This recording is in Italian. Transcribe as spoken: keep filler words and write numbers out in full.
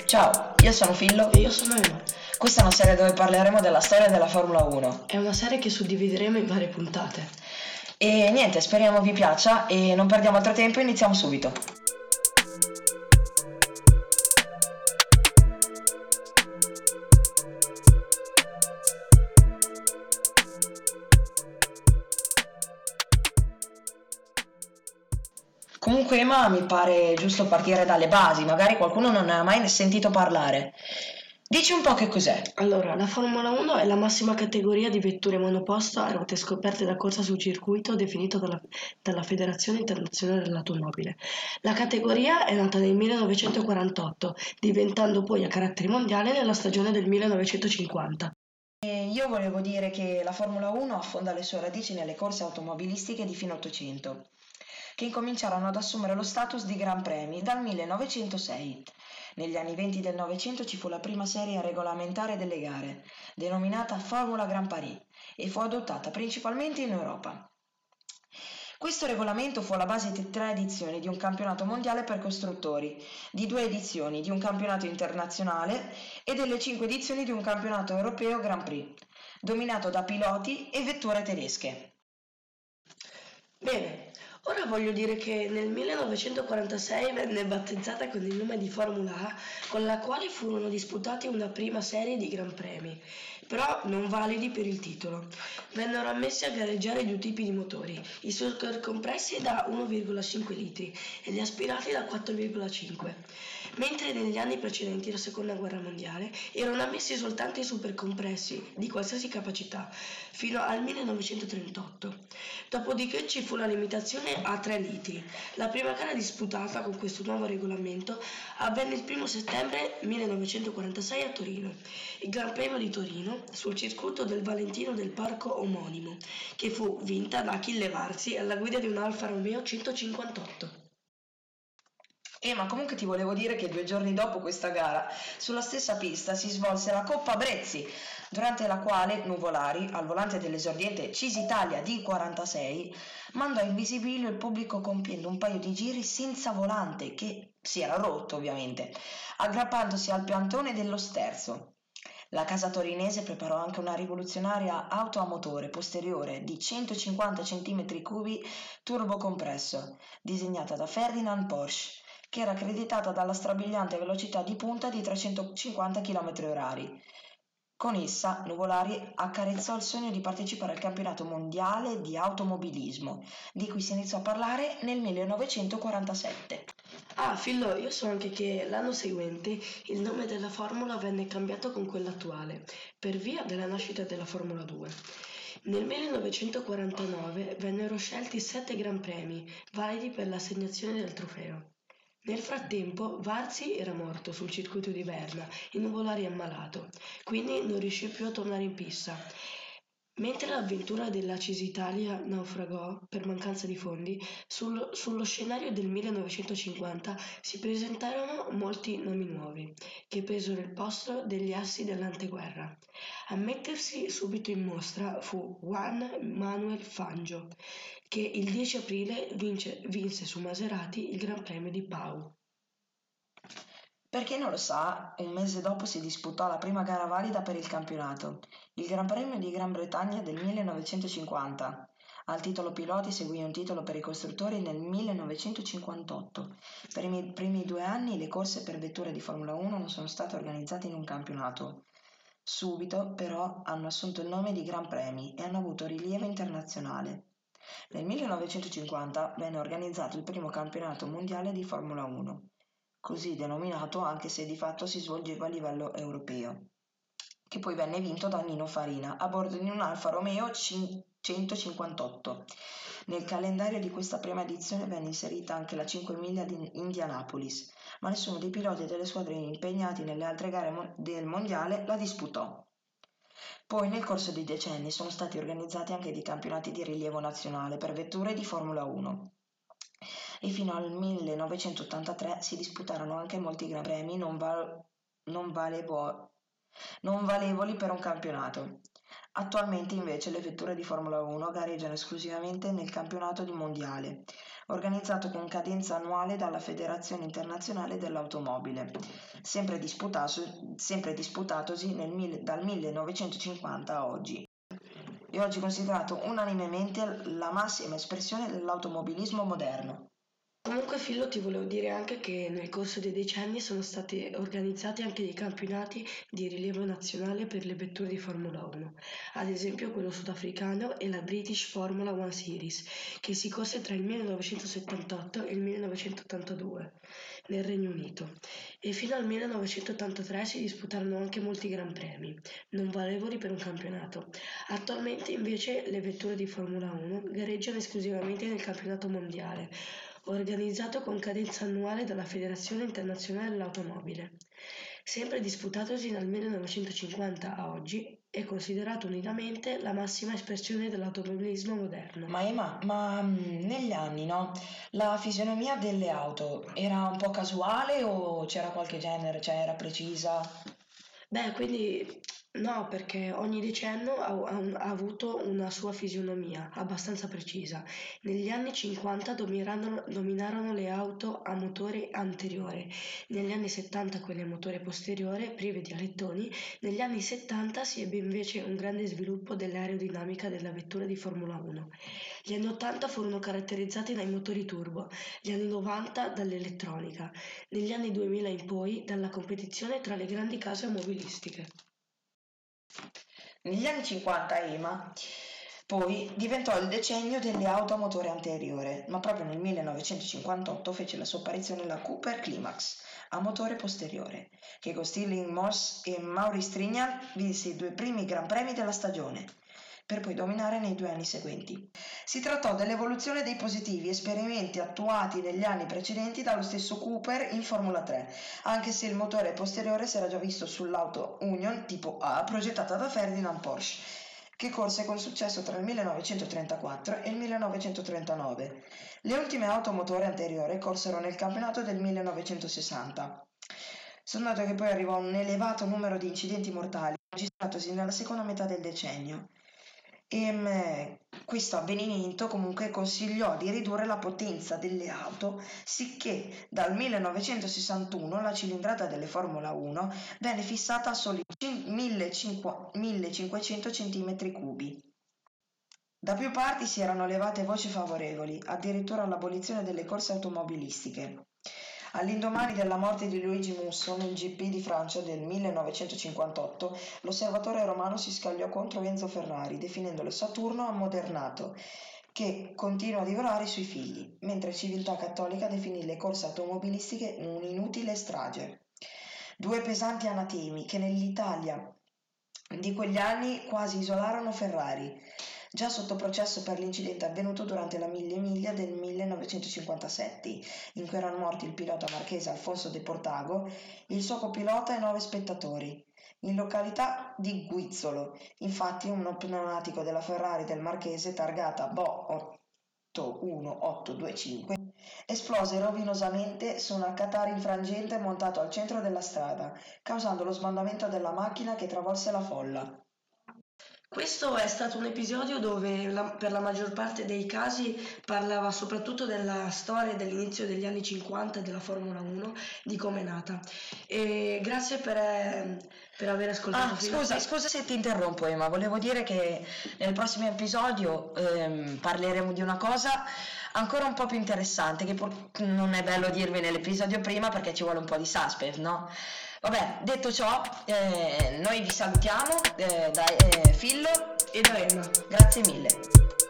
Ciao, io sono Fillo. E io sono Emma. Questa è una serie dove parleremo della storia della Formula uno. È una serie che suddivideremo in varie puntate. E niente, speriamo vi piaccia e non perdiamo altro tempo, iniziamo subito. Comunque, Emma, mi pare giusto partire dalle basi, magari qualcuno non ne ha mai sentito parlare. Dici un po' che cos'è. Allora, la Formula uno è la massima categoria di vetture monoposto a ruote scoperte da corsa su circuito definito dalla, dalla Federazione Internazionale dell'Automobile. La categoria è nata nel millenovecentoquarantotto, diventando poi a carattere mondiale nella stagione del millenovecentocinquanta. E io volevo dire che la Formula uno affonda le sue radici nelle corse automobilistiche di fine Ottocento, che incominciarono ad assumere lo status di Gran Premi dal millenovecentosei. Negli anni venti del Novecento ci fu la prima serie regolamentare delle gare, denominata Formula Grand Prix, e fu adottata principalmente in Europa. Questo regolamento fu alla base di tre edizioni di un campionato mondiale per costruttori, di due edizioni di un campionato internazionale e delle cinque edizioni di un campionato europeo Grand Prix, dominato da piloti e vetture tedesche. Bene, ora voglio dire che nel millenovecentoquarantasei venne battezzata con il nome di Formula A, con la quale furono disputati una prima serie di Gran Premi, però non validi per il titolo. Vennero ammessi a gareggiare due tipi di motori, i supercompressi da uno virgola cinque litri e gli aspirati da quattro virgola cinque, mentre negli anni precedenti la Seconda Guerra Mondiale erano ammessi soltanto i supercompressi di qualsiasi capacità, fino al millenovecentotrentotto. Dopodiché ci fu la limitazione a tre litri. La prima gara disputata con questo nuovo regolamento avvenne il primo settembre millenovecentoquarantasei a Torino, il Gran Premio di Torino sul circuito del Valentino del Parco omonimo, che fu vinta da Achille Varzi alla guida di un Alfa Romeo centocinquantotto. Eh, ma comunque ti volevo dire che due giorni dopo questa gara, sulla stessa pista si svolse la Coppa Brezzi, durante la quale Nuvolari, al volante dell'esordiente Cisitalia D quarantasei, mandò in visibilio il pubblico compiendo un paio di giri senza volante, che si era rotto ovviamente, aggrappandosi al piantone dello sterzo. La casa torinese preparò anche una rivoluzionaria auto a motore posteriore di centocinquanta centimetri cubi turbocompresso, disegnata da Ferdinand Porsche, che era accreditata dalla strabiliante velocità di punta di trecentocinquanta chilometri orari. Con essa Nuvolari accarezzò il sogno di partecipare al campionato mondiale di automobilismo, di cui si iniziò a parlare nel millenovecentoquarantasette. Ah, Fillo, io so anche che l'anno seguente il nome della formula venne cambiato con quello attuale, per via della nascita della Formula due. Nel millenovecentoquarantanove vennero scelti sette Gran Premi, validi per l'assegnazione del trofeo. Nel frattempo Varzi era morto sul circuito di Berna e Nuvolari ammalato, quindi non riuscì più a tornare in pista. Mentre l'avventura della Cisitalia naufragò per mancanza di fondi, sul- sullo scenario del millenovecentocinquanta si presentarono molti nomi nuovi, che presero il posto degli assi dell'anteguerra. A mettersi subito in mostra fu Juan Manuel Fangio, che il dieci aprile vince- vinse su Maserati il Gran Premio di Pau. Per chi non lo sa, un mese dopo si disputò la prima gara valida per il campionato, il Gran Premio di Gran Bretagna del millenovecentocinquanta. Al titolo piloti seguì un titolo per i costruttori nel millenovecentocinquantotto. Per i mi- primi due anni le corse per vetture di Formula uno non sono state organizzate in un campionato. Subito, però, hanno assunto il nome di Gran Premi e hanno avuto rilievo internazionale. Nel millenovecentocinquanta venne organizzato il primo campionato mondiale di Formula uno, così denominato anche se di fatto si svolgeva a livello europeo, che poi venne vinto da Nino Farina a bordo di un Alfa Romeo centocinquantotto. Nel calendario di questa prima edizione venne inserita anche la cinque miglia di Indianapolis, ma nessuno dei piloti delle squadre impegnati nelle altre gare mo- del mondiale la disputò. Poi nel corso dei decenni sono stati organizzati anche dei campionati di rilievo nazionale per vetture di Formula uno e fino al millenovecentottantatré si disputarono anche molti Gran Premi non, val- non valevo- non valevoli per un campionato. Attualmente invece le vetture di Formula uno gareggiano esclusivamente nel campionato di mondiale, organizzato con cadenza annuale dalla Federazione Internazionale dell'Automobile, sempre, disputato, sempre disputatosi nel, dal millenovecentocinquanta a oggi, e oggi considerato unanimemente la massima espressione dell'automobilismo moderno. Comunque Fillo ti volevo dire anche che nel corso dei decenni sono stati organizzati anche dei campionati di rilievo nazionale per le vetture di Formula uno, ad esempio quello sudafricano e la British Formula One Series, che si corse tra il millenovecentosettantotto e il millenovecentottantadue nel Regno Unito, e fino al millenovecentottantatré si disputarono anche molti gran premi, non valevoli per un campionato. Attualmente invece le vetture di Formula uno gareggiano esclusivamente nel campionato mondiale, organizzato con cadenza annuale dalla Federazione Internazionale dell'Automobile. Sempre disputatosi dal millenovecentocinquanta a oggi, è considerato unitamente la massima espressione dell'automobilismo moderno. Ma Emma, ma mh, negli anni, no? La fisionomia delle auto era un po' casuale o c'era qualche genere, cioè era precisa? Beh, quindi no, perché ogni decennio ha, ha un- ha avuto una sua fisionomia abbastanza precisa. Negli anni cinquanta dominarono, dominarono le auto a motore anteriore, negli anni settanta quelle a motore posteriore, prive di alettoni. Negli anni settanta si ebbe invece un grande sviluppo dell'aerodinamica della vettura di Formula uno. Gli anni ottanta furono caratterizzati dai motori turbo, gli anni novanta dall'elettronica, negli anni duemila in poi dalla competizione tra le grandi case automobilistiche. Negli anni cinquanta Ema poi diventò il decennio delle auto a motore anteriore, ma proprio nel millenovecentocinquantotto fece la sua apparizione la Cooper Climax a motore posteriore, che con Stirling Moss e Maurice Trinjan vinse i due primi Gran Premi della stagione, per poi dominare nei due anni seguenti. Si trattò dell'evoluzione dei positivi esperimenti attuati negli anni precedenti dallo stesso Cooper in Formula tre, anche se il motore posteriore si era già visto sull'auto Union tipo A progettata da Ferdinand Porsche, che corse con successo tra il millenovecentotrentaquattro e il millenovecentotrentanove. Le ultime auto a motore anteriore corsero nel campionato del millenovecentosessanta. Sondato che poi arrivò un elevato numero di incidenti mortali registratosi nella seconda metà del decennio. E mh, questo avvenimento comunque consigliò di ridurre la potenza delle auto, sicché dal millenovecentosessantuno la cilindrata delle Formula uno venne fissata a soli millecinquecento centimetri cubi. Da più parti si erano levate voci favorevoli, addirittura all'abolizione delle corse automobilistiche. All'indomani della morte di Luigi Musso nel G P di Francia del millenovecentocinquantotto, l'osservatore romano si scagliò contro Enzo Ferrari, definendolo Saturno ammodernato, che continua a divorare i suoi figli, mentre Civiltà Cattolica definì le corse automobilistiche un'inutile strage. Due pesanti anatemi che nell'Italia di quegli anni quasi isolarono Ferrari, già sotto processo per l'incidente avvenuto durante la Mille Miglia del millenovecentocinquantasette, in cui erano morti il pilota marchese Alfonso De Portago, il suo copilota e nove spettatori, in località di Guizzolo. Infatti uno pneumatico della Ferrari del marchese targata Bo otto uno otto due cinque esplose rovinosamente su un Alcatara infrangente montato al centro della strada, causando lo sbandamento della macchina che travolse la folla. Questo è stato un episodio dove la- per la maggior parte dei casi parlava soprattutto della storia dell'inizio degli anni cinquanta della Formula uno, di come è nata. E grazie per, eh, per aver ascoltato Ah, fino a scusa, qui. scusa se ti interrompo, Emma, volevo dire che nel prossimo episodio ehm, parleremo di una cosa ancora un po' più interessante, che pur- non è bello dirvi nell'episodio prima perché ci vuole un po' di suspense, no? Vabbè, detto ciò, eh, noi vi salutiamo eh, da eh, Fillo, E da Emma. grazie mille.